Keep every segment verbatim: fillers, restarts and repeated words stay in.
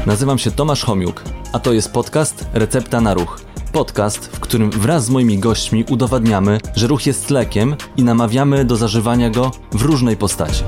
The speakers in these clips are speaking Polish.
Nazywam się Tomasz Homiuk, a to jest podcast Recepta na ruch. Podcast, w którym wraz z moimi gośćmi udowadniamy, że ruch jest lekiem i namawiamy do zażywania go w różnej postaci.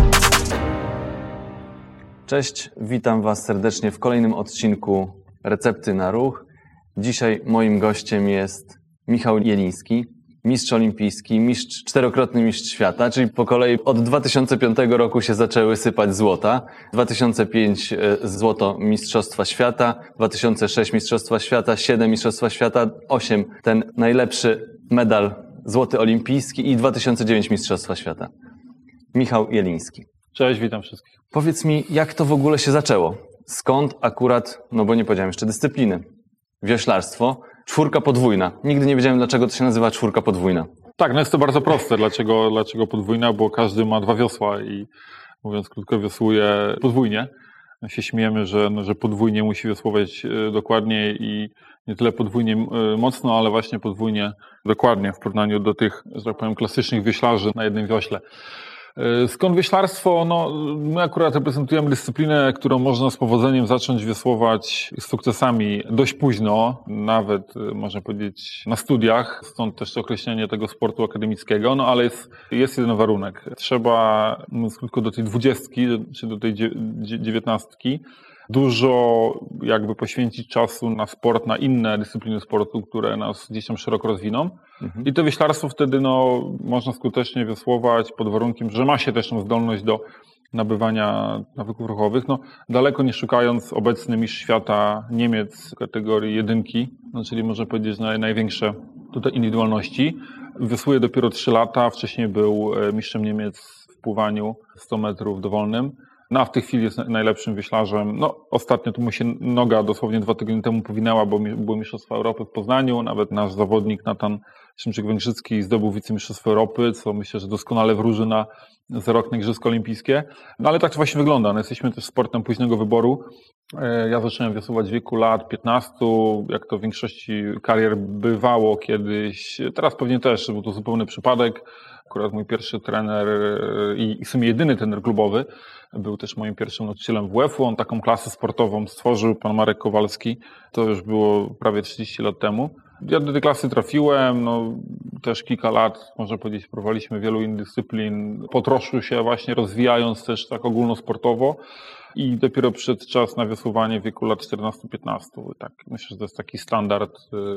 Cześć, witam Was serdecznie w kolejnym odcinku Recepty na ruch. Dzisiaj moim gościem jest Michał Jeliński, mistrz olimpijski, mistrz, czterokrotny mistrz świata, czyli po kolei od dwa tysiące piątego roku się zaczęły sypać złota. dwa tysiące piąty złoto Mistrzostwa Świata, dwa tysiące szósty Mistrzostwa Świata, siedem Mistrzostwa Świata, osiem ten najlepszy medal złoty olimpijski i dwa tysiące dziewiąty Mistrzostwa Świata. Michał Jeliński. Cześć, witam wszystkich. Powiedz mi, jak to w ogóle się zaczęło? Skąd akurat, no bo nie powiedziałem jeszcze dyscypliny, wioślarstwo, czwórka podwójna. Nigdy nie wiedziałem, dlaczego to się nazywa czwórka podwójna. Tak, no jest to bardzo proste. Dlaczego, dlaczego podwójna? Bo każdy ma dwa wiosła i mówiąc krótko wiosłuje podwójnie. My się śmiejemy, że, no, że podwójnie musi wiosłować dokładnie i nie tyle podwójnie mocno, ale właśnie podwójnie dokładnie w porównaniu do tych, że tak powiem, klasycznych wioślarzy na jednym wiośle. Skąd wioślarstwo? No, my akurat reprezentujemy dyscyplinę, którą można z powodzeniem zacząć wiosłować z sukcesami dość późno, nawet można powiedzieć na studiach, stąd też określenie tego sportu akademickiego, no ale jest, jest jeden warunek. Trzeba, mówiąc krótko, do tej dwudziestki, czy do tej dziewiętnastki dużo jakby poświęcić czasu na sport, na inne dyscypliny sportu, które nas gdzieś tam szeroko rozwiną. Mhm. I to wioślarstwo wtedy no, można skutecznie wiosłować pod warunkiem, że ma się też tą zdolność do nabywania nawyków ruchowych. No, daleko nie szukając, obecny mistrz świata Niemiec w kategorii jedynki, no, czyli można powiedzieć naj, największe tutaj indywidualności, wiosłuje dopiero trzy lata. Wcześniej był mistrzem Niemiec w pływaniu sto metrów dowolnym. No a w tej chwili jest najlepszym wioślarzem. No ostatnio tu mu się noga dosłownie dwa tygodnie temu powinęła, bo było Mistrzostwa Europy w Poznaniu. Nawet nasz zawodnik Natan Szymczyk-Węgrzycki zdobył wicemistrzostwo Europy, co myślę, że doskonale wróży na za rok na Igrzyska Olimpijskie. No ale tak to właśnie wygląda. No, jesteśmy też sportem późnego wyboru. Ja zacząłem wiosłować w wieku lat piętnastu, jak to w większości karier bywało kiedyś. Teraz pewnie też, był to zupełny przypadek. Akurat mój pierwszy trener i w sumie jedyny trener klubowy był też moim pierwszym nauczycielem W F u. On taką klasę sportową stworzył, pan Marek Kowalski. To już było prawie trzydzieści lat temu. Ja do tej klasy trafiłem, no też kilka lat, można powiedzieć, próbowaliśmy wielu innych dyscyplin, po troszku się właśnie rozwijając też tak ogólnosportowo. I dopiero przyszedł czas na wiosłowanie w wieku lat czternastu piętnastu. Tak, myślę, że to jest taki standard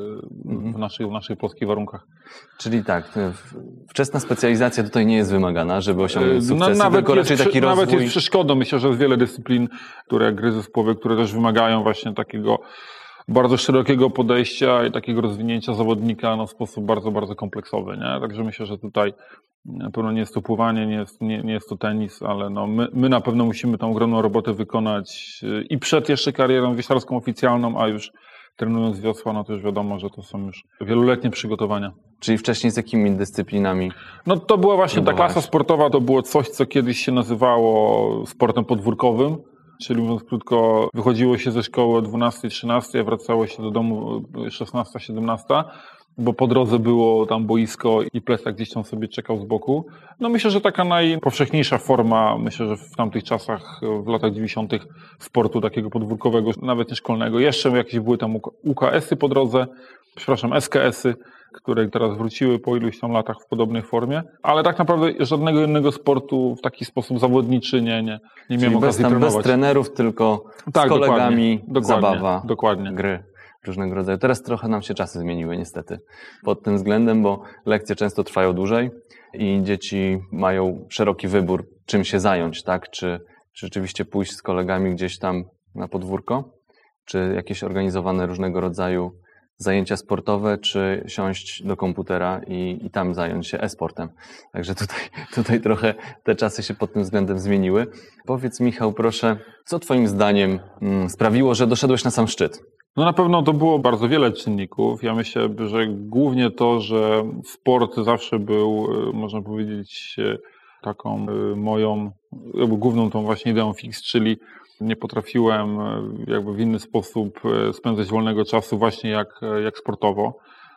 w naszych, w naszych polskich warunkach. Czyli tak, wczesna specjalizacja tutaj nie jest wymagana, żeby osiągnąć sukcesy, no, nawet tylko raczej jest, taki rozwój. Nawet jest przeszkodą. Myślę, że jest wiele dyscyplin, które jak gry zespołowe, które też wymagają właśnie takiego bardzo szerokiego podejścia i takiego rozwinięcia zawodnika no, w sposób bardzo, bardzo kompleksowy. Nie? Także myślę, że tutaj na pewno nie jest to pływanie, nie jest, nie, nie jest to tenis, ale no, my, my na pewno musimy tą ogromną robotę wykonać i przed jeszcze karierą wioślarską oficjalną, a już trenując wiosła, no to już wiadomo, że to są już wieloletnie przygotowania. Czyli wcześniej z jakimi dyscyplinami? No to była właśnie ta klasa sportowa, to było coś, co kiedyś się nazywało sportem podwórkowym. Czyli mówiąc krótko, wychodziło się ze szkoły o dwunastej, trzynastej, a wracało się do domu szesnasta, siedemnasta, bo po drodze było tam boisko i plecak gdzieś tam sobie czekał z boku. No myślę, że taka najpowszechniejsza forma, myślę, że w tamtych czasach, w latach dziewięćdziesiątych sportu takiego podwórkowego, nawet nie szkolnego. Jeszcze jakieś były tam U K S y po drodze, przepraszam, S K S y, które teraz wróciły po iluś tam latach w podobnej formie, ale tak naprawdę żadnego innego sportu w taki sposób zawodniczy nie, nie, nie miałem okazji trenować. Bez trenerów, tylko tak, z kolegami, dokładnie, zabawa, dokładnie. Gry różnego rodzaju. Teraz trochę nam się czasy zmieniły niestety pod tym względem, bo lekcje często trwają dłużej i dzieci mają szeroki wybór, czym się zająć, tak? Czy, czy rzeczywiście pójść z kolegami gdzieś tam na podwórko, czy jakieś organizowane różnego rodzaju zajęcia sportowe, czy siąść do komputera i, i tam zająć się e-sportem. Także tutaj, tutaj trochę te czasy się pod tym względem zmieniły. Powiedz, Michał, proszę, co twoim zdaniem mm, sprawiło, że doszedłeś na sam szczyt? No na pewno to było bardzo wiele czynników. Ja myślę, że głównie to, że sport zawsze był, można powiedzieć, taką moją, jakby główną tą właśnie ideą fix, czyli nie potrafiłem jakby w inny sposób spędzać wolnego czasu właśnie jak, jak sportowo.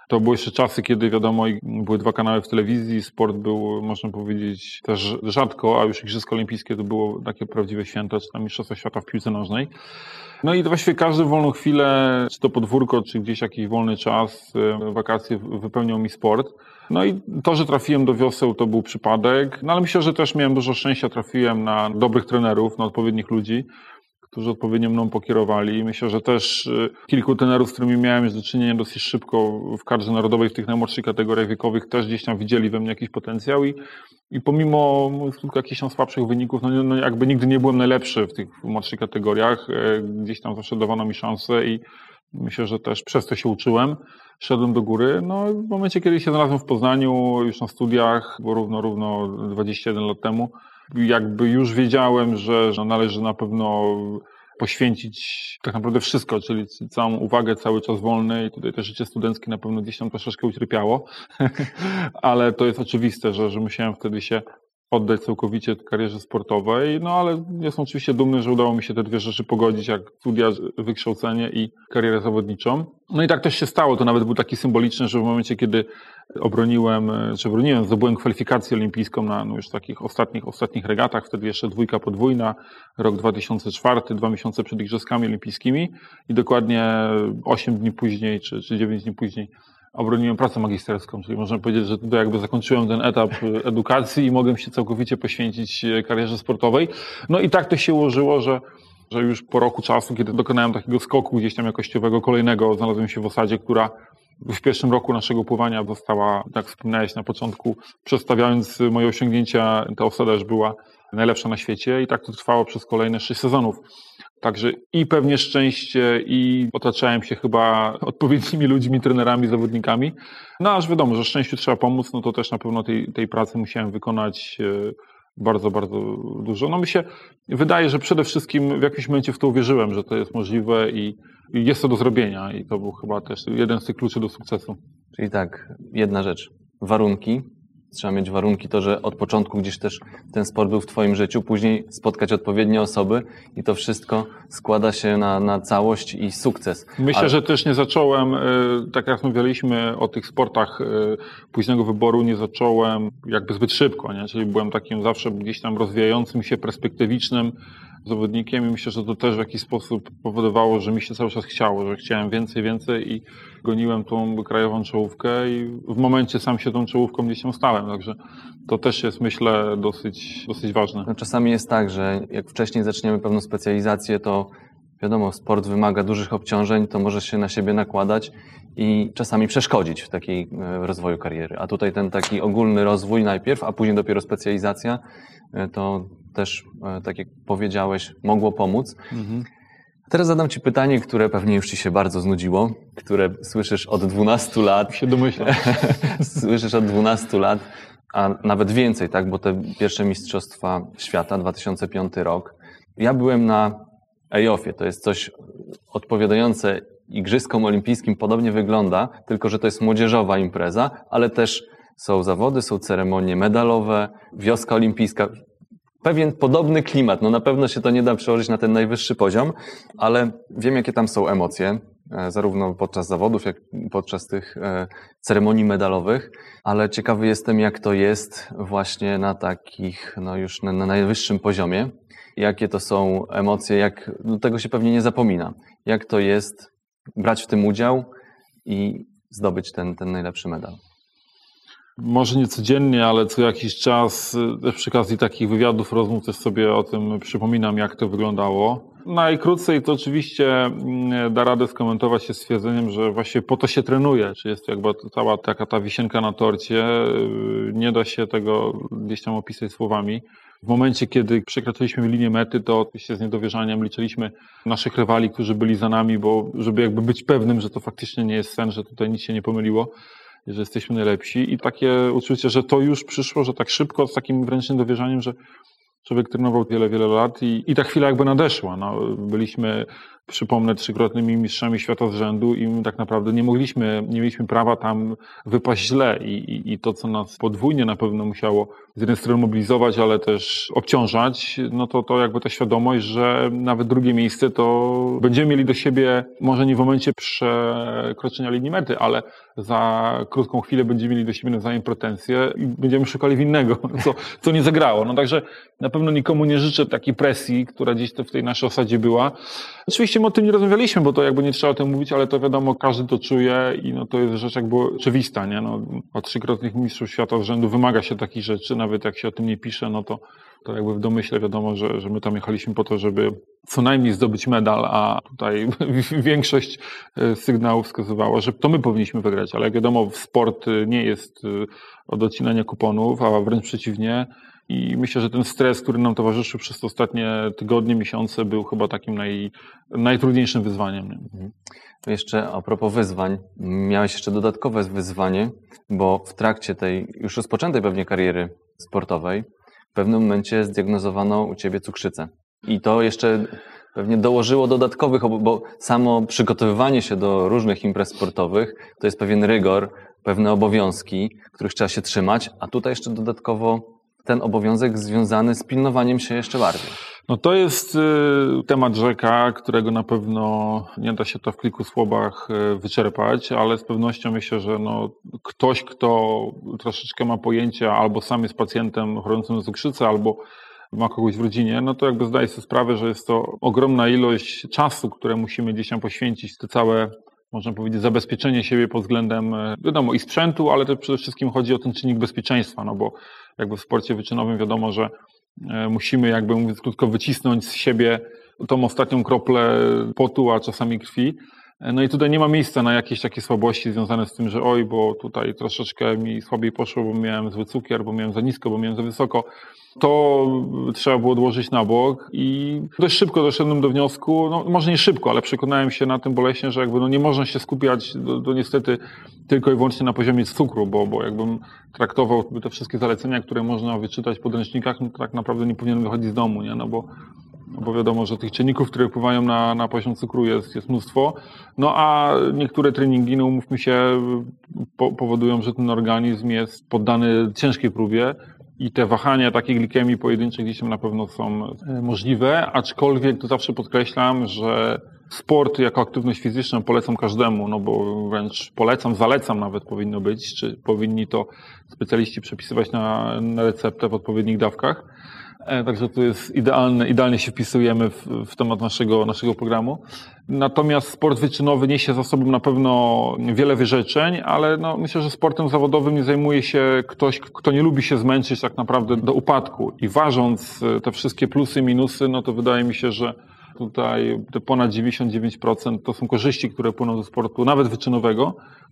To były jeszcze czasy, kiedy wiadomo, były dwa kanały w telewizji, sport był, można powiedzieć, też rzadko, a już Igrzyska Olimpijskie to było takie prawdziwe święto, czy tam Mistrzostwa Świata w piłce nożnej. No i właściwie każdą wolną chwilę, czy to podwórko, czy gdzieś jakiś wolny czas, wakacje wypełniał mi sport. No i to, że trafiłem do wioseł, to był przypadek, no ale myślę, że też miałem dużo szczęścia, trafiłem na dobrych trenerów, na odpowiednich ludzi, którzy odpowiednio mną pokierowali. Myślę, że też kilku trenerów, z którymi miałem już do czynienia dosyć szybko w kadrze narodowej, w tych najmłodszych kategoriach wiekowych, też gdzieś tam widzieli we mnie jakiś potencjał i, i pomimo kilku jakichś tam słabszych wyników, no, no jakby nigdy nie byłem najlepszy w tych młodszych kategoriach, gdzieś tam zawsze dawano mi szansę i myślę, że też przez to się uczyłem. Szedłem do góry. No w momencie, kiedy się znalazłem w Poznaniu, już na studiach, bo równo, równo dwadzieścia jeden lat temu, jakby już wiedziałem, że, że należy na pewno poświęcić tak naprawdę wszystko, czyli całą uwagę, cały czas wolny i tutaj też życie studenckie na pewno gdzieś tam troszeczkę ucierpiało, ale to jest oczywiste, że, że musiałem wtedy się oddać całkowicie karierze sportowej, no ale jestem oczywiście dumny, że udało mi się te dwie rzeczy pogodzić, jak studia, wykształcenie i karierę zawodniczą. No i tak też się stało, to nawet był taki symboliczny, że w momencie, kiedy obroniłem, czy broniłem, zdobyłem kwalifikację olimpijską na no już takich ostatnich, ostatnich regatach, wtedy jeszcze dwójka podwójna, rok dwa tysiące czwarty, dwa miesiące przed Igrzyskami Olimpijskimi i dokładnie osiem dni później, czy, czy dziewięć dni później obroniłem pracę magisterską, czyli można powiedzieć, że tutaj jakby zakończyłem ten etap edukacji i mogłem się całkowicie poświęcić karierze sportowej. No i tak to się ułożyło, że, że już po roku czasu, kiedy dokonałem takiego skoku gdzieś tam jakościowego kolejnego, znalazłem się w osadzie, która w pierwszym roku naszego pływania została, jak wspomniałeś na początku, przedstawiając moje osiągnięcia, ta osada już była najlepsza na świecie i tak to trwało przez kolejne sześć sezonów. Także i pewnie szczęście, i otaczałem się chyba odpowiednimi ludźmi, trenerami, zawodnikami. No aż wiadomo, że szczęściu trzeba pomóc, no to też na pewno tej, tej pracy musiałem wykonać bardzo, bardzo dużo. No mi się wydaje, że przede wszystkim w jakimś momencie w to uwierzyłem, że to jest możliwe i, i jest to do zrobienia i to był chyba też jeden z tych kluczy do sukcesu. Czyli tak, jedna rzecz, warunki. Trzeba mieć warunki, to, że od początku gdzieś też ten sport był w twoim życiu, później spotkać odpowiednie osoby i to wszystko składa się na, na całość i sukces. Myślę, Ale... że też nie zacząłem, tak jak rozmawialiśmy o tych sportach późnego wyboru, nie zacząłem jakby zbyt szybko, nie? Czyli byłem takim zawsze gdzieś tam rozwijającym się, perspektywicznym zawodnikiem i myślę, że to też w jakiś sposób powodowało, że mi się cały czas chciało, że chciałem więcej, więcej i goniłem tą krajową czołówkę i w momencie sam się tą czołówką gdzieś tam stałem, także to też jest, myślę, dosyć, dosyć ważne. No, czasami jest tak, że jak wcześniej zaczniemy pewną specjalizację, to wiadomo, sport wymaga dużych obciążeń, to może się na siebie nakładać i czasami przeszkodzić w takiej rozwoju kariery. A tutaj ten taki ogólny rozwój najpierw, a później dopiero specjalizacja, to też, tak jak powiedziałeś, mogło pomóc. Mhm. Teraz zadam ci pytanie, które pewnie już ci się bardzo znudziło, które słyszysz od dwunastu lat. Się domyślam. Słyszysz od dwunastu lat, a nawet więcej, tak, bo te pierwsze Mistrzostwa Świata, dwa tysiące piąty rok. Ja byłem na E I O F-ie, to jest coś odpowiadające Igrzyskom Olimpijskim, podobnie wygląda, tylko że to jest młodzieżowa impreza, ale też są zawody, są ceremonie medalowe, wioska olimpijska. Pewien podobny klimat, no na pewno się to nie da przełożyć na ten najwyższy poziom, ale wiem, jakie tam są emocje, zarówno podczas zawodów, jak i podczas tych ceremonii medalowych, ale ciekawy jestem, jak to jest właśnie na takich, no już na, na najwyższym poziomie, jakie to są emocje, jak, no tego się pewnie nie zapomina, jak to jest brać w tym udział i zdobyć ten, ten najlepszy medal. Może nie codziennie, ale co jakiś czas, też przy okazji takich wywiadów, rozmów też sobie o tym przypominam, jak to wyglądało. Najkrócej to oczywiście da radę skomentować się stwierdzeniem, że właśnie po to się trenuje, czy jest to jakby cała taka ta wisienka na torcie, nie da się tego gdzieś tam opisać słowami. W momencie, kiedy przekroczyliśmy linię mety, to oczywiście z niedowierzaniem liczyliśmy naszych rywali, którzy byli za nami, bo żeby jakby być pewnym, że to faktycznie nie jest sen, że tutaj nic się nie pomyliło, że jesteśmy najlepsi i takie uczucie, że to już przyszło, że tak szybko, z takim wręcz niedowierzaniem, że człowiek trenował wiele, wiele lat i, i ta chwila jakby nadeszła. No, byliśmy przypomnę, trzykrotnymi mistrzami świata z rzędu i my tak naprawdę nie mogliśmy, nie mieliśmy prawa tam wypaść źle i, i, i to, co nas podwójnie na pewno musiało z jednej strony mobilizować, ale też obciążać, no to to jakby ta świadomość, że nawet drugie miejsce to będziemy mieli do siebie, może nie w momencie przekroczenia linii mety, ale za krótką chwilę będziemy mieli do siebie nawzajem pretensje i będziemy szukali winnego, co, co nie zagrało. No także na pewno nikomu nie życzę takiej presji, która gdzieś to w tej naszej osadzie była. Oczywiście my o tym nie rozmawialiśmy, bo to jakby nie trzeba o tym mówić, ale to wiadomo, każdy to czuje i no to jest rzecz jakby oczywista, nie? No, od trzykrotnych mistrzów świata z rzędu wymaga się takich rzeczy, nawet jak się o tym nie pisze, no to, to jakby w domyśle wiadomo, że, że my tam jechaliśmy po to, żeby co najmniej zdobyć medal, a tutaj większość sygnałów wskazywała, że to my powinniśmy wygrać, ale jak wiadomo, sport nie jest od odcinania kuponów, a wręcz przeciwnie. I myślę, że ten stres, który nam towarzyszył przez te ostatnie tygodnie, miesiące, był chyba takim naj, najtrudniejszym wyzwaniem. Nie? Jeszcze a propos wyzwań, miałeś jeszcze dodatkowe wyzwanie, bo w trakcie tej już rozpoczętej pewnie kariery sportowej w pewnym momencie zdiagnozowano u ciebie cukrzycę. I to jeszcze pewnie dołożyło dodatkowych, bo samo przygotowywanie się do różnych imprez sportowych to jest pewien rygor, pewne obowiązki, których trzeba się trzymać, a tutaj jeszcze dodatkowo ten obowiązek związany z pilnowaniem się jeszcze bardziej. No to jest y, temat rzeka, którego na pewno nie da się to w kilku słowach y, wyczerpać, ale z pewnością myślę, że no, ktoś, kto troszeczkę ma pojęcie albo sam jest pacjentem chorującym na cukrzycę, albo ma kogoś w rodzinie, no to jakby zdaje sobie sprawę, że jest to ogromna ilość czasu, które musimy gdzieś tam poświęcić, te całe, można powiedzieć, zabezpieczenie siebie pod względem, wiadomo, i sprzętu, ale też przede wszystkim chodzi o ten czynnik bezpieczeństwa, no bo jakby w sporcie wyczynowym wiadomo, że musimy, jakby mówiąc krótko, wycisnąć z siebie tą ostatnią kroplę potu, a czasami krwi. No i tutaj nie ma miejsca na jakieś takie słabości związane z tym, że oj, bo tutaj troszeczkę mi słabiej poszło, bo miałem zły cukier, bo miałem za nisko, bo miałem za wysoko. To trzeba było odłożyć na bok i dość szybko doszedłem do wniosku, no może nie szybko, ale przekonałem się na tym boleśnie, że jakby no nie można się skupiać do, do niestety tylko i wyłącznie na poziomie cukru, bo, bo jakbym traktował te wszystkie zalecenia, które można wyczytać w podręcznikach, no to tak naprawdę nie powinienem wychodzić z domu, nie? No bo bo wiadomo, że tych czynników, które wpływają na, na poziom cukru jest, jest mnóstwo. No a niektóre treningi, no umówmy się, po, powodują, że ten organizm jest poddany ciężkiej próbie i te wahania takiej glikemii pojedynczej gdzieś tam na pewno są możliwe, aczkolwiek to zawsze podkreślam, że sport jako aktywność fizyczną polecam każdemu, no bo wręcz polecam, zalecam nawet powinno być, czy powinni to specjaliści przepisywać na, na receptę w odpowiednich dawkach. Także to jest idealne, idealnie się wpisujemy w, w temat naszego, naszego programu. Natomiast sport wyczynowy niesie za sobą na pewno wiele wyrzeczeń, ale no, myślę, że sportem zawodowym nie zajmuje się ktoś, kto nie lubi się zmęczyć tak naprawdę do upadku. I ważąc te wszystkie plusy i minusy, no to wydaje mi się, że tutaj te ponad dziewięćdziesiąt dziewięć procent to są korzyści, które płyną ze sportu, nawet wyczynowego,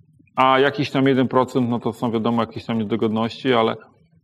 a jakiś tam jeden procent, no to są wiadomo jakieś tam niedogodności, ale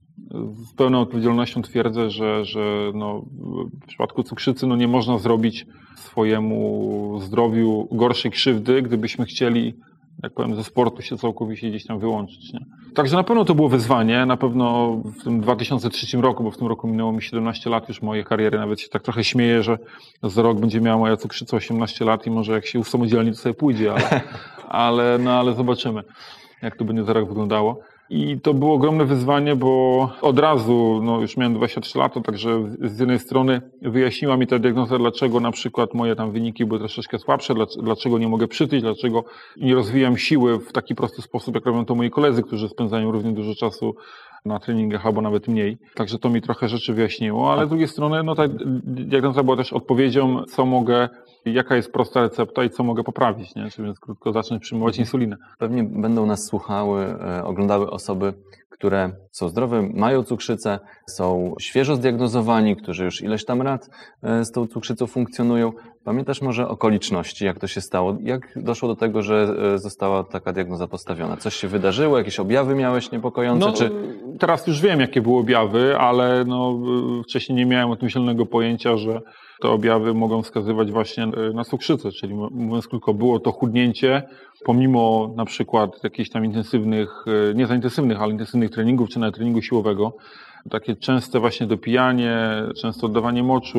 z pełną odpowiedzialnością twierdzę, że, że no, w przypadku cukrzycy no, nie można zrobić swojemu zdrowiu gorszej krzywdy, gdybyśmy chcieli, jak powiem, ze sportu się całkowicie gdzieś tam wyłączyć. Nie? Także na pewno to było wyzwanie, na pewno w tym dwa tysiące trzecim roku, bo w tym roku minęło mi siedemnaście lat już mojej kariery, nawet się tak trochę śmieję, że za rok będzie miała moja cukrzyca osiemnaście lat i może jak się usamodzielni, to sobie pójdzie, ale, ale, no, ale zobaczymy, jak to będzie za rok wyglądało. I to było ogromne wyzwanie, bo od razu, no już miałem dwadzieścia trzy lata, także z jednej strony wyjaśniła mi ta diagnoza, dlaczego na przykład moje tam wyniki były troszeczkę słabsze, dlaczego nie mogę przytyć, dlaczego nie rozwijam siły w taki prosty sposób, jak robią to moi koledzy, którzy spędzają równie dużo czasu na treningach, albo nawet mniej. Także to mi trochę rzeczy wyjaśniło, ale z drugiej strony no ta diagnoza była też odpowiedzią, co mogę, jaka jest prosta recepta i co mogę poprawić, nie? Czyli więc krótko zacząć przyjmować insulinę. Pewnie będą nas słuchały, oglądały osoby, które są zdrowe, mają cukrzycę, są świeżo zdiagnozowani, którzy już ileś tam lat z tą cukrzycą funkcjonują. Pamiętasz może okoliczności, jak to się stało? Jak doszło do tego, że została taka diagnoza postawiona? Coś się wydarzyło? Jakieś objawy miałeś niepokojące? No, czy... Teraz już wiem, jakie były objawy, ale no, wcześniej nie miałem o tym zielonego pojęcia, że te objawy mogą wskazywać właśnie na cukrzycę, czyli mówiąc krótko, było to chudnięcie, pomimo na przykład jakichś tam intensywnych, nie za intensywnych, ale intensywnych treningów, czy nawet treningu siłowego, takie częste właśnie dopijanie, częste oddawanie moczu,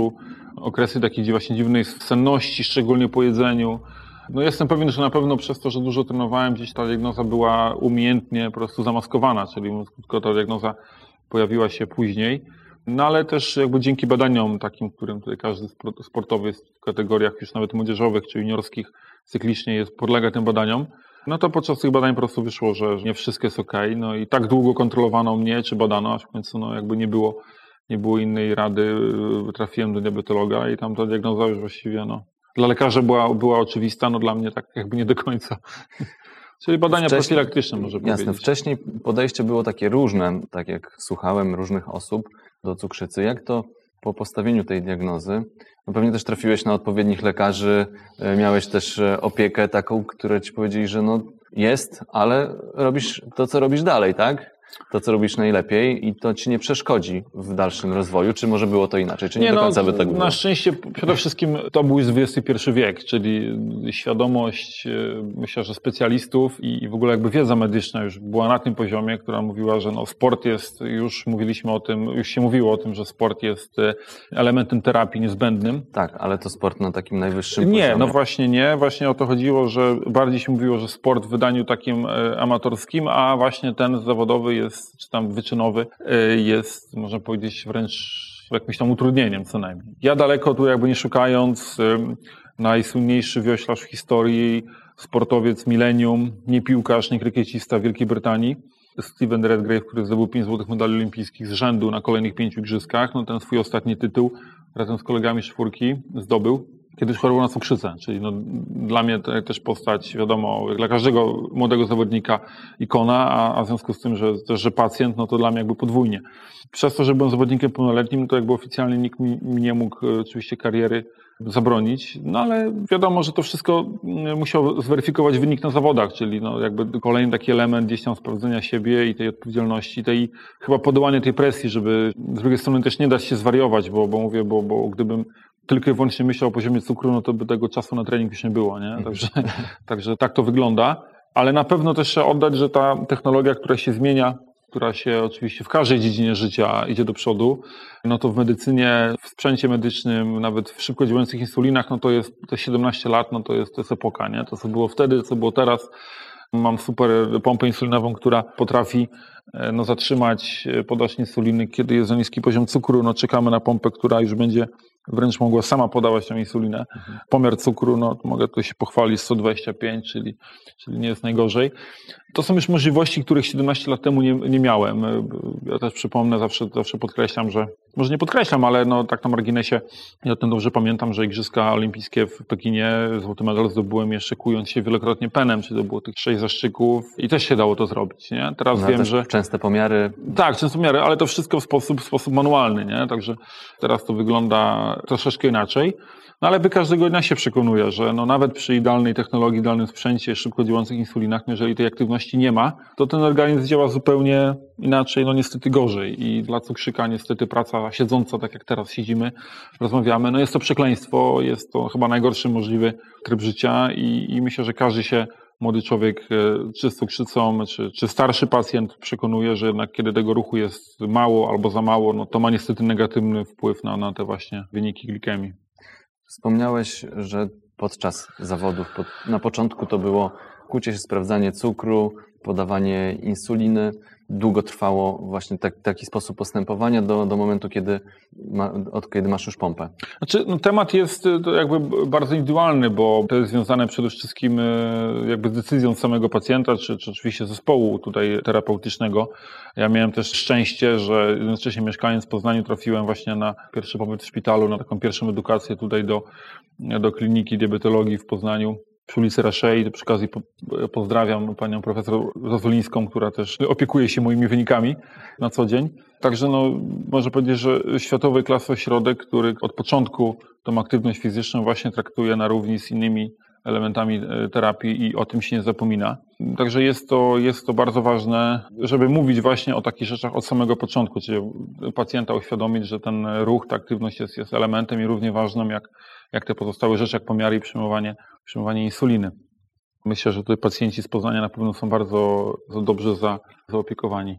okresy takiej właśnie dziwnej senności, szczególnie po jedzeniu. No jestem pewien, że na pewno przez to, że dużo trenowałem, gdzieś ta diagnoza była umiejętnie po prostu zamaskowana, czyli mówiąc krótko, ta diagnoza pojawiła się później. No ale też jakby dzięki badaniom takim, którym tutaj każdy sportowiec w kategoriach już nawet młodzieżowych czy juniorskich cyklicznie jest, podlega tym badaniom, no to podczas tych badań po prostu wyszło, że nie wszystko jest okej. No i tak długo kontrolowano mnie, czy badano, aż w końcu no jakby nie było, nie było innej rady, trafiłem do diabetologa i tam ta diagnoza już właściwie no dla lekarza była, była oczywista, no dla mnie tak jakby nie do końca. Czyli badania wcześniej, profilaktyczne może jasne, powiedzieć. Wcześniej podejście było takie różne, tak jak słuchałem różnych osób do cukrzycy. Jak to po postawieniu tej diagnozy? No pewnie też trafiłeś na odpowiednich lekarzy, miałeś też opiekę taką, które ci powiedzieli, że no jest, ale robisz to, co robisz dalej, tak? To, co robisz najlepiej i to ci nie przeszkodzi w dalszym rozwoju, czy może było to inaczej, czy nie, nie do końca no, by tak było? Na szczęście przede wszystkim to był już dwudziesty pierwszy wiek, czyli świadomość, myślę, że specjalistów i w ogóle jakby wiedza medyczna już była na tym poziomie, która mówiła, że no sport jest, już mówiliśmy o tym, już się mówiło o tym, że sport jest elementem terapii niezbędnym. Tak, ale to sport na takim najwyższym nie, poziomie. Nie, no właśnie nie, właśnie o to chodziło, że bardziej się mówiło, że sport w wydaniu takim amatorskim, a właśnie ten zawodowy jest, czy tam wyczynowy, jest, można powiedzieć, wręcz jakimś tam utrudnieniem co najmniej. Ja daleko tu jakby nie szukając, najsłynniejszy wioślarz w historii, sportowiec milenium, nie piłkarz, nie krykiecista w Wielkiej Brytanii, Steven Redgrave, który zdobył pięć złotych medali olimpijskich z rzędu na kolejnych pięciu igrzyskach, no ten swój ostatni tytuł razem z kolegami z czwórki zdobył, kiedy chorował na cukrzycę, czyli no, dla mnie to też postać, wiadomo, dla każdego młodego zawodnika ikona, a, a w związku z tym, że też, że pacjent, no to dla mnie jakby podwójnie. Przez to, że byłem zawodnikiem pełnoletnim, to jakby oficjalnie nikt mi, mi nie mógł oczywiście kariery zabronić, no ale wiadomo, że to wszystko musiał zweryfikować wynik na zawodach, czyli no jakby kolejny taki element gdzieś tam sprawdzenia siebie i tej odpowiedzialności, tej chyba podołania tej presji, żeby z drugiej strony też nie dać się zwariować, bo, bo mówię, bo, bo gdybym tylko i wyłącznie myślał o poziomie cukru, no to by tego czasu na trening już nie było, nie? Także, także tak to wygląda, ale na pewno też trzeba oddać, że ta technologia, która się zmienia, która się oczywiście w każdej dziedzinie życia idzie do przodu, no to w medycynie, w sprzęcie medycznym, nawet w szybko działających insulinach, no to jest te siedemnaście lat, no to jest, to jest epoka, nie? To co było wtedy, co było teraz. Mam super pompę insulinową, która potrafi no, zatrzymać podaż insuliny, kiedy jest za niski poziom cukru. No, czekamy na pompę, która już będzie wręcz mogła sama podawać tę insulinę. Mhm. Pomiar cukru, no mogę tutaj się pochwalić, sto dwadzieścia pięć, czyli, czyli nie jest najgorzej. To są już możliwości, których siedemnaście lat temu nie, nie miałem. Ja też przypomnę, zawsze, zawsze podkreślam, że, może nie podkreślam, ale no tak na marginesie, ja o tym dobrze pamiętam, że Igrzyska Olimpijskie w Pekinie, złoty medal zdobyłem jeszcze kując się wielokrotnie penem, czyli to było tych sześć zaszczyków i też się dało to zrobić, nie? Teraz no, wiem, że... Częste pomiary. Tak, częste pomiary, ale to wszystko w sposób, w sposób manualny, nie? Także teraz to wygląda troszeczkę inaczej. No ale by każdego dnia się przekonuje, że no nawet przy idealnej technologii, idealnym sprzęcie, szybko działających insulinach, no jeżeli tej aktywności nie ma, to ten organizm działa zupełnie inaczej, no niestety gorzej. I dla cukrzyka niestety praca siedząca, tak jak teraz siedzimy, rozmawiamy, no jest to przekleństwo, jest to chyba najgorszy możliwy tryb życia i, i myślę, że każdy się, młody człowiek, czy z cukrzycą, czy, czy starszy pacjent przekonuje, że jednak kiedy tego ruchu jest mało albo za mało, no to ma niestety negatywny wpływ na, na te właśnie wyniki glikemii. Wspomniałeś, że podczas zawodów, pod, na początku to było kucie się, sprawdzanie cukru, podawanie insuliny. Długo trwało właśnie tak, taki sposób postępowania do, do momentu, kiedy, ma, od kiedy masz już pompę. Znaczy, no, temat jest jakby bardzo indywidualny, bo to jest związane przede wszystkim jakby z decyzją samego pacjenta, czy, czy oczywiście zespołu tutaj terapeutycznego. Ja miałem też szczęście, że jednocześnie mieszkając w Poznaniu trafiłem właśnie na pierwszy pobyt w szpitalu, na taką pierwszą edukację tutaj do, do kliniki diabetologii w Poznaniu. Przy ulicy Raszei, przy okazji pozdrawiam panią profesor Rozwolińską, która też opiekuje się moimi wynikami na co dzień. Także no, można powiedzieć, że światowej klasy ośrodek, który od początku tą aktywność fizyczną właśnie traktuje na równi z innymi elementami terapii i o tym się nie zapomina. Także jest to, jest to bardzo ważne, żeby mówić właśnie o takich rzeczach od samego początku, czyli pacjenta uświadomić, że ten ruch, ta aktywność jest, jest elementem i równie ważną jak, jak te pozostałe rzeczy, jak pomiary i przyjmowanie, przyjmowanie insuliny. Myślę, że tutaj pacjenci z Poznania na pewno są bardzo, bardzo dobrze za, zaopiekowani.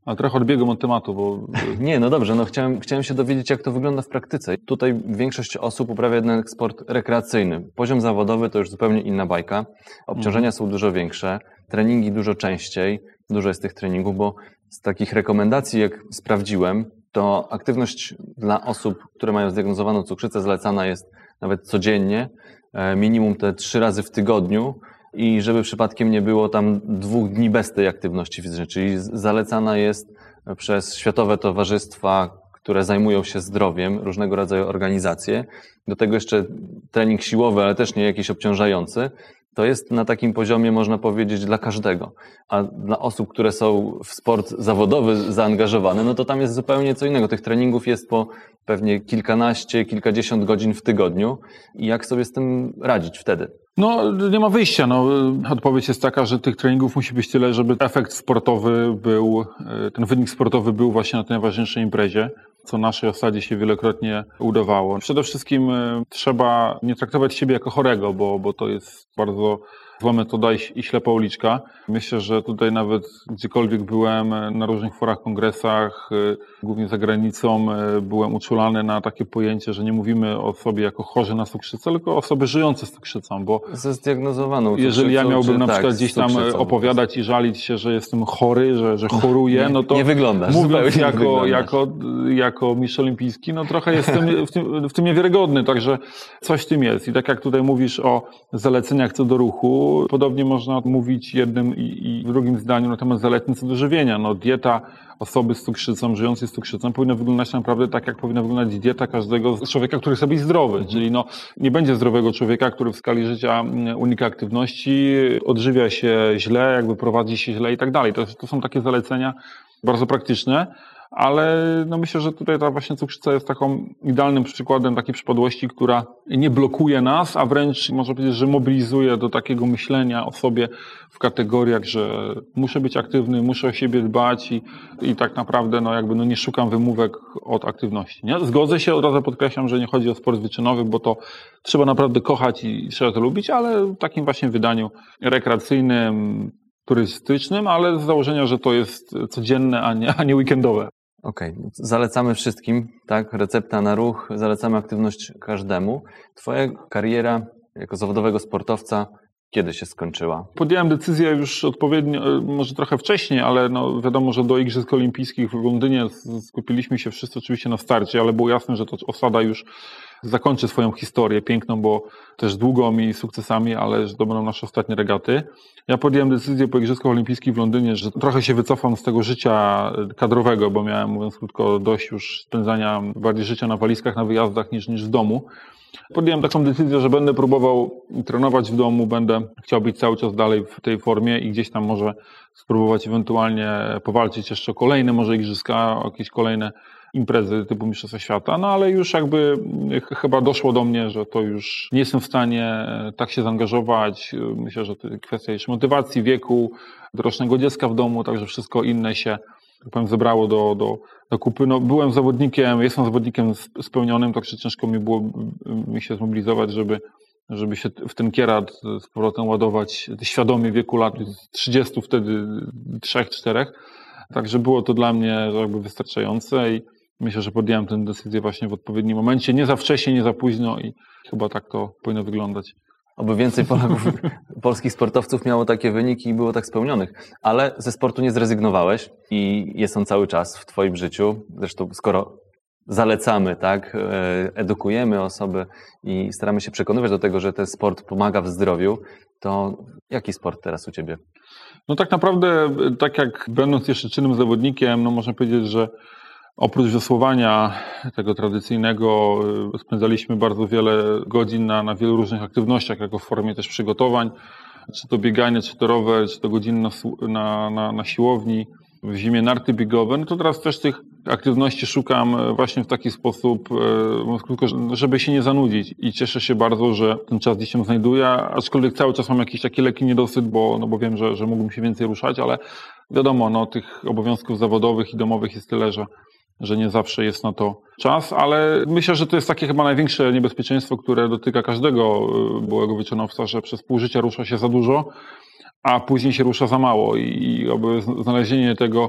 Ale trochę odbiegłem od tematu, bo... Nie, no dobrze, no chciałem, chciałem się dowiedzieć, jak to wygląda w praktyce. Tutaj większość osób uprawia jednak sport rekreacyjny. Poziom zawodowy to już zupełnie inna bajka. Obciążenia są dużo większe, treningi dużo częściej, dużo jest tych treningów, bo z takich rekomendacji, jak sprawdziłem, to aktywność dla osób, które mają zdiagnozowaną cukrzycę, zalecana jest nawet codziennie, minimum te trzy razy w tygodniu i żeby przypadkiem nie było tam dwóch dni bez tej aktywności fizycznej, czyli zalecana jest przez światowe towarzystwa, które zajmują się zdrowiem, różnego rodzaju organizacje. Do tego jeszcze trening siłowy, ale też nie jakiś obciążający. To jest na takim poziomie, można powiedzieć, dla każdego. A dla osób, które są w sport zawodowy zaangażowane, no to tam jest zupełnie co innego. Tych treningów jest po pewnie kilkanaście, kilkadziesiąt godzin w tygodniu. I jak sobie z tym radzić wtedy? No, nie ma wyjścia. No, odpowiedź jest taka, że tych treningów musi być tyle, żeby efekt sportowy był, ten wynik sportowy był właśnie na tej najważniejszej imprezie, co naszej osadzie się wielokrotnie udawało. Przede wszystkim trzeba nie traktować siebie jako chorego, bo, bo to jest bardzo zła metoda i, i ślepa uliczka. Myślę, że tutaj nawet gdziekolwiek byłem na różnych forach, kongresach, głównie za granicą, byłem uczulany na takie pojęcie, że nie mówimy o sobie jako chorzy na cukrzycę, tylko o osoby żyjące z cukrzycą, bo ze zdiagnozowaną cukrzycą, jeżeli ja miałbym czy, na tak, przykład gdzieś tam opowiadać i żalić się, że jestem chory, że, że choruję, nie, no to nie wyglądasz, mówiąc nie jako, wyglądasz. jako, jako mistrz olimpijski, no trochę jestem w tym, w tym niewiarygodny, także coś w tym jest. I tak jak tutaj mówisz o zaleceniach co do ruchu, podobnie można mówić jednym i, i w drugim zdaniu na temat zaleceń co do żywienia. No, dieta osoby z cukrzycą, żyjącej z cukrzycą powinna wyglądać naprawdę tak, jak powinna wyglądać dieta każdego człowieka, który chce być zdrowy. Czyli no, nie będzie zdrowego człowieka, który w skali życia unika aktywności, odżywia się źle, jakby prowadzi się źle i tak dalej. To, to są takie zalecenia bardzo praktyczne. Ale no myślę, że tutaj ta właśnie cukrzyca jest taką idealnym przykładem takiej przypadłości, która nie blokuje nas, a wręcz można powiedzieć, że mobilizuje do takiego myślenia o sobie w kategoriach, że muszę być aktywny, muszę o siebie dbać i, i tak naprawdę no jakby no nie szukam wymówek od aktywności. Nie? Zgodzę się, od razu podkreślam, że nie chodzi o sport wyczynowy, bo to trzeba naprawdę kochać i trzeba to lubić, ale w takim właśnie wydaniu rekreacyjnym, turystycznym, ale z założenia, że to jest codzienne, a nie, a nie weekendowe. Okej, okay. Zalecamy wszystkim, tak? Recepta na ruch, zalecamy aktywność każdemu. Twoja kariera jako zawodowego sportowca kiedy się skończyła? Podjąłem decyzję już odpowiednio, może trochę wcześniej, ale no wiadomo, że do Igrzysk Olimpijskich w Londynie skupiliśmy się wszyscy oczywiście na starcie, ale było jasne, że to osada już zakończy swoją historię piękną, bo też długą i sukcesami, ale że to będą nasze ostatnie regaty. Ja podjąłem decyzję po Igrzyskach Olimpijskich w Londynie, że trochę się wycofam z tego życia kadrowego, bo miałem, mówiąc krótko, dość już spędzania bardziej życia na walizkach, na wyjazdach niż, niż w domu. Podjąłem taką decyzję, że będę próbował trenować w domu, będę chciał być cały czas dalej w tej formie i gdzieś tam może spróbować ewentualnie powalczyć jeszcze o kolejne może igrzyska, o jakieś kolejne imprezy typu Mistrzostwa Świata, no ale już jakby chyba doszło do mnie, że to już nie jestem w stanie tak się zaangażować. Myślę, że to kwestia jeszcze motywacji, wieku, dorocznego dziecka w domu, także wszystko inne się, tak powiem, zebrało do, do, do kupy. No, byłem zawodnikiem, jestem zawodnikiem spełnionym, także ciężko mi było mi się zmobilizować, żeby, żeby się w ten kierat z powrotem ładować świadomie w wieku lat trzydziestu, wtedy trzech, czterech. Także było to dla mnie jakby wystarczające i myślę, że podjąłem tę decyzję właśnie w odpowiednim momencie, nie za wcześnie, nie za późno i chyba tak to powinno wyglądać. Oby więcej Polaków, polskich sportowców miało takie wyniki i było tak spełnionych. Ale ze sportu nie zrezygnowałeś i jest on cały czas w twoim życiu. Zresztą skoro zalecamy, tak, edukujemy osoby i staramy się przekonywać do tego, że ten sport pomaga w zdrowiu, to jaki sport teraz u ciebie? No tak naprawdę, tak jak będąc jeszcze czynnym zawodnikiem, no można powiedzieć, że oprócz wiosłowania tego tradycyjnego spędzaliśmy bardzo wiele godzin na, na wielu różnych aktywnościach, jako w formie też przygotowań, czy to bieganie, czy to rower, czy to godziny na, na, na, na siłowni, w zimie narty biegowe. No to teraz też tych aktywności szukam właśnie w taki sposób, żeby się nie zanudzić i cieszę się bardzo, że ten czas gdzieś się znajduje, aczkolwiek cały czas mam jakiś taki lekki niedosyt, bo, no bo wiem, że, że mógłbym się więcej ruszać, ale wiadomo, no, tych obowiązków zawodowych i domowych jest tyle, że że nie zawsze jest na to czas, ale myślę, że to jest takie chyba największe niebezpieczeństwo, które dotyka każdego byłego wyczynowca, że przez pół życia rusza się za dużo, a później się rusza za mało i znalezienie tego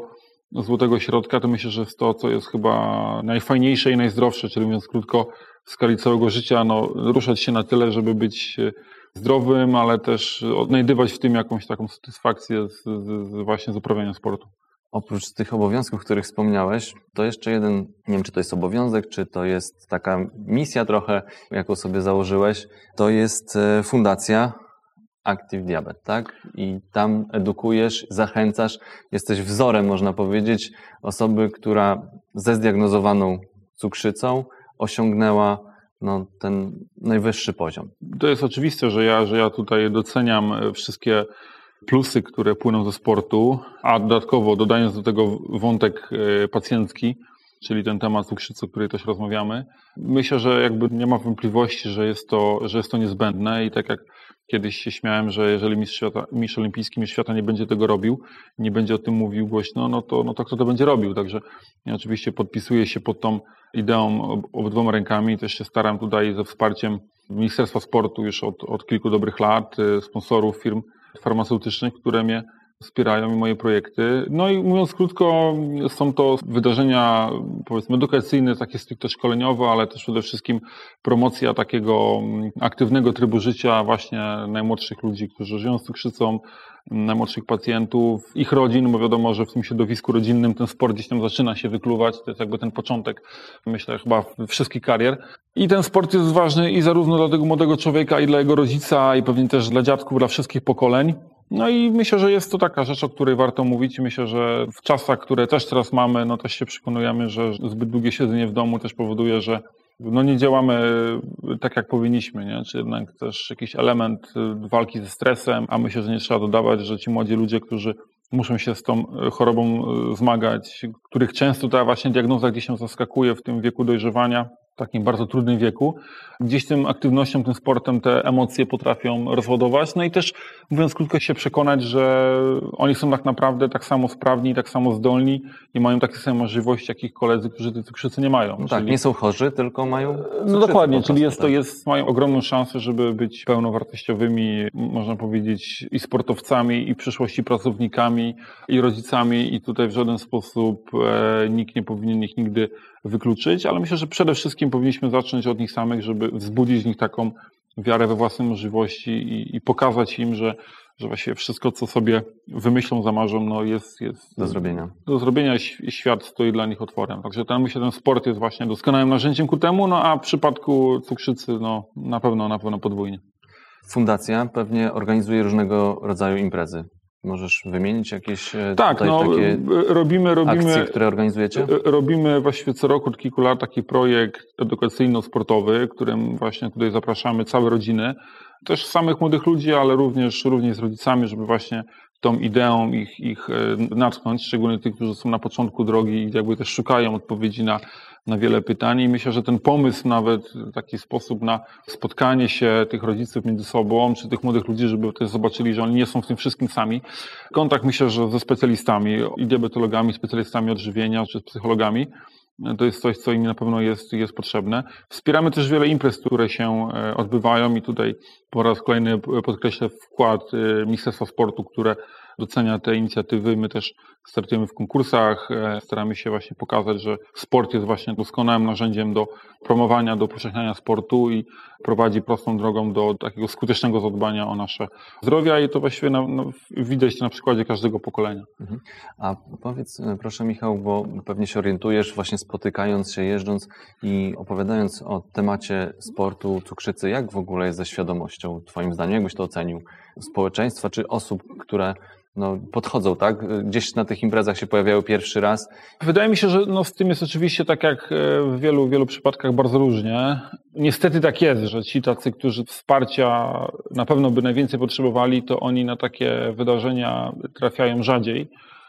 złotego środka, to myślę, że jest to, co jest chyba najfajniejsze i najzdrowsze, czyli mówiąc krótko, w skali całego życia, no, ruszać się na tyle, żeby być zdrowym, ale też odnajdywać w tym jakąś taką satysfakcję z, z, właśnie z uprawiania sportu. Oprócz tych obowiązków, o których wspomniałeś, to jeszcze jeden, nie wiem, czy to jest obowiązek, czy to jest taka misja trochę, jaką sobie założyłeś, to jest fundacja Active Diabet, tak? I tam edukujesz, zachęcasz, jesteś wzorem, można powiedzieć, osoby, która ze zdiagnozowaną cukrzycą osiągnęła no, ten najwyższy poziom. To jest oczywiste, że ja, że ja tutaj doceniam wszystkie plusy, które płyną ze sportu, a dodatkowo dodając do tego wątek pacjencki, czyli ten temat cukrzycy, o której też rozmawiamy, myślę, że jakby nie ma wątpliwości, że jest to, że jest to niezbędne i tak jak kiedyś się śmiałem, że jeżeli mistrz, świata, mistrz olimpijski, mistrz świata nie będzie tego robił, nie będzie o tym mówił głośno, no to, no to kto to będzie robił? Także ja oczywiście podpisuję się pod tą ideą ob, obydwoma rękami i też się staram tutaj ze wsparciem Ministerstwa Sportu już od, od kilku dobrych lat, sponsorów firm farmaceutycznych, które mnie wspierają i moje projekty. No i mówiąc krótko, są to wydarzenia powiedzmy edukacyjne, takie stricte szkoleniowe, ale też przede wszystkim promocja takiego aktywnego trybu życia właśnie najmłodszych ludzi, którzy żyją z cukrzycą, najmłodszych pacjentów, ich rodzin, bo wiadomo, że w tym środowisku rodzinnym ten sport gdzieś tam zaczyna się wykluwać, to jest jakby ten początek, myślę, chyba wszystkich karier. I ten sport jest ważny i zarówno dla tego młodego człowieka, i dla jego rodzica, i pewnie też dla dziadków, dla wszystkich pokoleń. No i myślę, że jest to taka rzecz, o której warto mówić. Myślę, że w czasach, które też teraz mamy, no też się przekonujemy, że zbyt długie siedzenie w domu też powoduje, że no nie działamy tak, jak powinniśmy, nie? Czy jednak też jakiś element walki ze stresem, a myślę, że nie trzeba dodawać, że ci młodzi ludzie, którzy muszą się z tą chorobą zmagać, których często ta właśnie diagnoza gdzieś się zaskakuje w tym wieku dojrzewania, w takim bardzo trudnym wieku, gdzieś tym aktywnością, tym sportem te emocje potrafią rozładować, no i też mówiąc krótko się przekonać, że oni są tak naprawdę tak samo sprawni, tak samo zdolni i mają takie same możliwości, jak ich koledzy, którzy tej cukrzycy nie mają. No tak, czyli nie są chorzy, tylko mają cukrzycę. No dokładnie, prostu, czyli jest tak? to jest, mają ogromną szansę, żeby być pełnowartościowymi, można powiedzieć, i sportowcami, i w przyszłości pracownikami, i rodzicami i tutaj w żaden sposób e, nikt nie powinien ich nigdy wykluczyć, ale myślę, że przede wszystkim powinniśmy zacząć od nich samych, żeby wzbudzić w nich taką wiarę we własne możliwości i, i pokazać im, że, że właściwie wszystko, co sobie wymyślą, zamarzą, no jest, jest do zrobienia. Do zrobienia i świat stoi dla nich otworem. Także ten, myślę, ten sport jest właśnie doskonałym narzędziem ku temu, no a w przypadku cukrzycy, no na pewno, na pewno podwójnie. Fundacja pewnie organizuje różnego rodzaju imprezy. Możesz wymienić jakieś tak, tutaj no, takie robimy, robimy, akcje, które organizujecie? Robimy właściwie co roku, od kilku lat taki projekt edukacyjno-sportowy, którym właśnie tutaj zapraszamy całe rodziny, też samych młodych ludzi, ale również, również z rodzicami, żeby właśnie tą ideą ich, ich natchnąć, szczególnie tych, którzy są na początku drogi i jakby też szukają odpowiedzi na, na wiele pytań. I myślę, że ten pomysł nawet, taki sposób na spotkanie się tych rodziców między sobą, czy tych młodych ludzi, żeby też zobaczyli, że oni nie są w tym wszystkim sami. Kontakt myślę, że ze specjalistami, i diabetologami, specjalistami odżywienia, czy z psychologami, to jest coś, co im na pewno jest, jest potrzebne. Wspieramy też wiele imprez, które się odbywają i tutaj po raz kolejny podkreślę wkład Ministerstwa Sportu, które docenia te inicjatywy. My też startujemy w konkursach, staramy się właśnie pokazać, że sport jest właśnie doskonałym narzędziem do promowania, do upowszechniania sportu i prowadzi prostą drogą do takiego skutecznego zadbania o nasze zdrowie i to właściwie na, no, widać to na przykładzie każdego pokolenia. Mhm. A powiedz proszę Michał, bo pewnie się orientujesz właśnie spotykając się, jeżdżąc i opowiadając o temacie sportu, cukrzycy, jak w ogóle jest ze świadomością twoim zdaniem, jakbyś to ocenił, społeczeństwa czy osób, które no, podchodzą, tak? Gdzieś na tych imprezach się pojawiają pierwszy raz. Wydaje mi się, że no, z tym jest oczywiście tak jak w wielu, wielu przypadkach bardzo różnie. Niestety tak jest, że ci tacy, którzy wsparcia na pewno by najwięcej potrzebowali, to oni na takie wydarzenia trafiają rzadziej.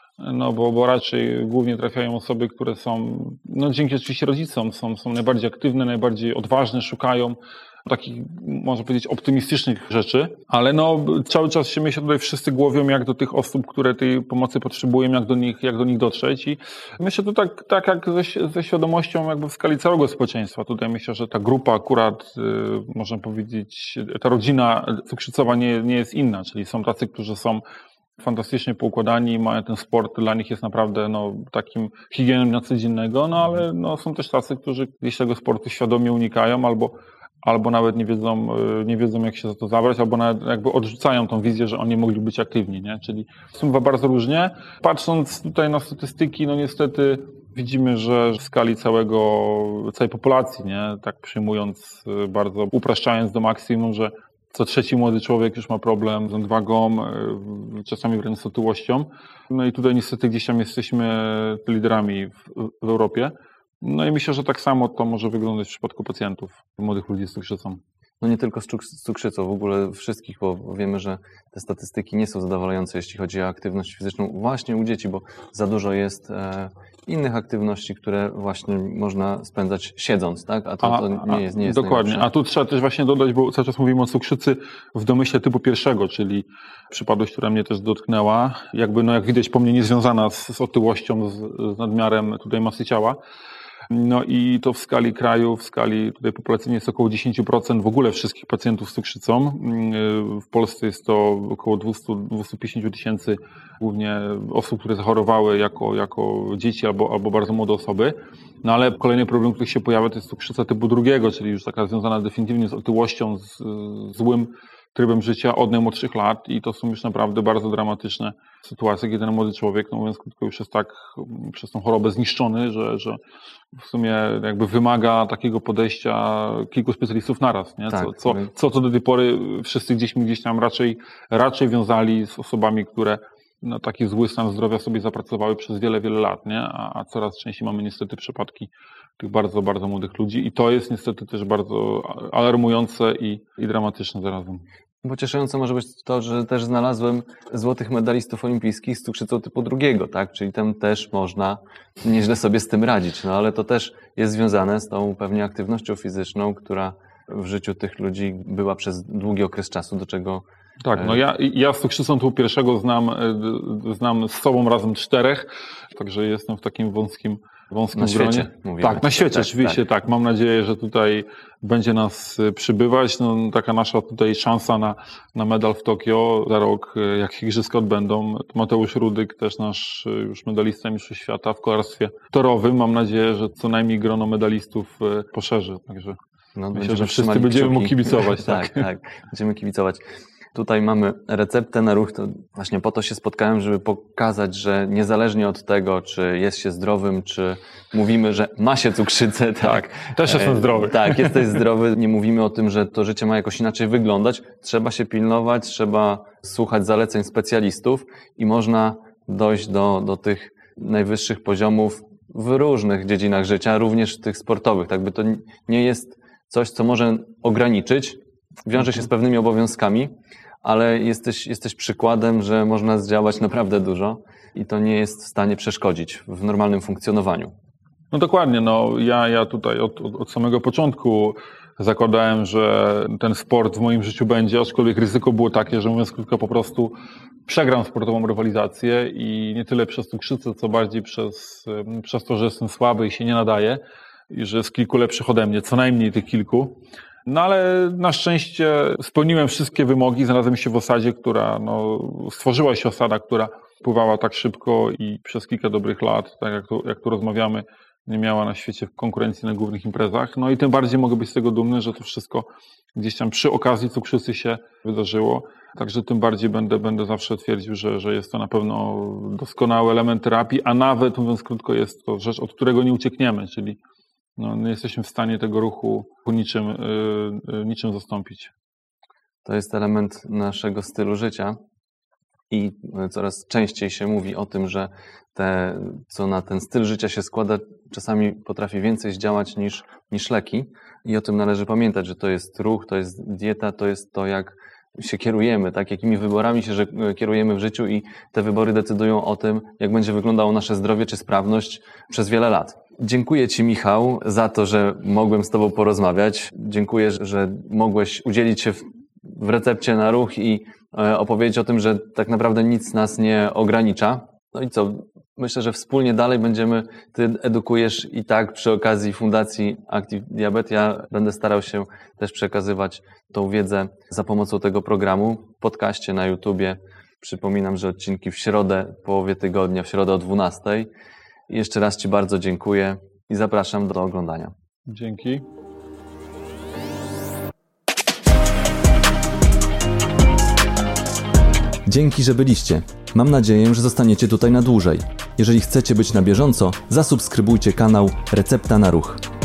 No bo, bo raczej głównie trafiają osoby, które są, no dzięki oczywiście rodzicom, są, są najbardziej aktywne, najbardziej odważne, szukają takich, można powiedzieć, optymistycznych rzeczy, ale no cały czas się myślę tutaj wszyscy głowią, jak do tych osób, które tej pomocy potrzebują, jak do nich, jak do nich dotrzeć i myślę to tak, tak jak ze, ze świadomością jakby w skali całego społeczeństwa. Tutaj myślę, że ta grupa akurat, yy, można powiedzieć, ta rodzina cukrzycowa nie, nie jest inna, czyli są tacy, którzy są fantastycznie poukładani, mają ten sport, dla nich jest naprawdę no, takim higieną dnia codziennego, no ale no, są też tacy, którzy gdzieś tego sportu świadomie unikają albo, albo nawet nie wiedzą, nie wiedzą, jak się za to zabrać, albo nawet jakby odrzucają tą wizję, że oni mogli być aktywni, nie? Czyli są bardzo różnie. Patrząc tutaj na statystyki, no niestety widzimy, że w skali całego, całej populacji, nie? Tak przyjmując, bardzo upraszczając do maksimum, że co trzeci młody człowiek już ma problem z nadwagą, czasami wręcz z otyłością. No i tutaj niestety gdzieś tam jesteśmy liderami w, w Europie. No i myślę, że tak samo to może wyglądać w przypadku pacjentów, młodych ludzi z cukrzycą. No nie tylko z cukrzycą, w ogóle wszystkich, bo wiemy, że te statystyki nie są zadowalające, jeśli chodzi o aktywność fizyczną właśnie u dzieci, bo za dużo jest e, innych aktywności, które właśnie można spędzać siedząc, tak? A to, to nie jest nie jest Dokładnie, najlepsze. A tu trzeba też właśnie dodać, bo cały czas mówimy o cukrzycy w domyśle typu pierwszego, czyli przypadłość, która mnie też dotknęła, jakby no jak widać po mnie niezwiązana z, z otyłością, z, z nadmiarem tutaj masy ciała. No i to w skali kraju, w skali tutaj populacyjnej jest około dziesięć procent w ogóle wszystkich pacjentów z cukrzycą. W Polsce jest to około dwieście do dwustu pięćdziesięciu tysięcy głównie osób, które zachorowały jako, jako dzieci albo, albo bardzo młode osoby. No ale kolejny problem, który się pojawia, to jest cukrzyca typu drugiego, czyli już taka związana definitywnie z otyłością, z, z złym trybem życia od najmłodszych lat i to są już naprawdę bardzo dramatyczne sytuacje, kiedy ten młody człowiek, no mówiąc krótko, już jest tak przez tą chorobę zniszczony, że, że w sumie jakby wymaga takiego podejścia kilku specjalistów naraz, nie? Tak, Co, co, co, co do tej pory wszyscy gdzieś, gdzieś tam raczej, raczej wiązali z osobami, które no, taki zły stan zdrowia sobie zapracowały przez wiele, wiele lat, nie? A, a coraz częściej mamy niestety przypadki tych bardzo, bardzo młodych ludzi i to jest niestety też bardzo alarmujące i, i dramatyczne zarazem. Pocieszające może być to, że też znalazłem złotych medalistów olimpijskich z cukrzycą typu drugiego, tak? Czyli tam też można nieźle sobie z tym radzić, no ale to też jest związane z tą pewnie aktywnością fizyczną, która w życiu tych ludzi była przez długi okres czasu, do czego... Tak, no ja, ja z cukrzycą typu pierwszego znam, znam z sobą razem czterech, także jestem w takim wąskim wąskim na świecie, gronie. mówimy. Tak, na świecie, tak, oczywiście, tak. tak. Mam nadzieję, że tutaj będzie nas przybywać. No, taka nasza tutaj szansa na, na medal w Tokio za rok, jak się igrzyska odbędą. Mateusz Rudyk, też nasz już medalista mistrzostw świata w kolarstwie torowym. Mam nadzieję, że co najmniej grono medalistów poszerzy. Także no, myślę, że wszyscy będziemy mu kibicować. tak, tak, tak, będziemy kibicować. Tutaj mamy receptę na ruch, to właśnie po to się spotkałem, żeby pokazać, że niezależnie od tego, czy jest się zdrowym, czy mówimy, że ma się cukrzycę, tak, tak też jestem zdrowy. Tak, jesteś zdrowy, nie mówimy o tym, że to życie ma jakoś inaczej wyglądać, trzeba się pilnować, trzeba słuchać zaleceń specjalistów i można dojść do, do tych najwyższych poziomów w różnych dziedzinach życia, również tych sportowych, tak by to nie jest coś, co może ograniczyć, wiąże się z pewnymi obowiązkami, ale jesteś, jesteś przykładem, że można zdziałać naprawdę dużo i to nie jest w stanie przeszkodzić w normalnym funkcjonowaniu. No dokładnie, no ja, ja tutaj od, od, od samego początku zakładałem, że ten sport w moim życiu będzie, aczkolwiek ryzyko było takie, że mówiąc krótko po prostu przegram sportową rywalizację i nie tyle przez cukrzycę, co bardziej przez, przez to, że jestem słaby i się nie nadaję i że jest kilku lepszych ode mnie, co najmniej tych kilku. No ale na szczęście spełniłem wszystkie wymogi, znalazłem się w osadzie, która, no, stworzyła się osada, która pływała tak szybko i przez kilka dobrych lat, tak jak tu, jak tu rozmawiamy, nie miała na świecie konkurencji na głównych imprezach. No i tym bardziej mogę być z tego dumny, że to wszystko gdzieś tam przy okazji cukrzycy się wydarzyło. Także tym bardziej będę, będę zawsze twierdził, że, że jest to na pewno doskonały element terapii, a nawet, mówiąc krótko, jest to rzecz, od którego nie uciekniemy, czyli no, nie jesteśmy w stanie tego ruchu niczym, yy, niczym zastąpić. To jest element naszego stylu życia i coraz częściej się mówi o tym, że te, co na ten styl życia się składa, czasami potrafi więcej zdziałać niż, niż leki i o tym należy pamiętać, że to jest ruch, to jest dieta, to jest to, jak się kierujemy, tak, jakimi wyborami się że kierujemy w życiu i te wybory decydują o tym, jak będzie wyglądało nasze zdrowie czy sprawność przez wiele lat. Dziękuję Ci, Michał, za to, że mogłem z Tobą porozmawiać. Dziękuję, że mogłeś udzielić się w, w recepcie na ruch i e, opowiedzieć o tym, że tak naprawdę nic nas nie ogranicza. No i co? Myślę, że wspólnie dalej będziemy, Ty edukujesz i tak przy okazji Fundacji Active Diabet. Ja będę starał się też przekazywać tą wiedzę za pomocą tego programu w podcaście, na YouTubie, Przypominam, że odcinki w środę, w połowie tygodnia, w środę o dwunastej. I jeszcze raz Ci bardzo dziękuję i zapraszam do oglądania. Dzięki. Dzięki, że byliście. Mam nadzieję, że zostaniecie tutaj na dłużej. Jeżeli chcecie być na bieżąco, zasubskrybujcie kanał Recepta na Ruch.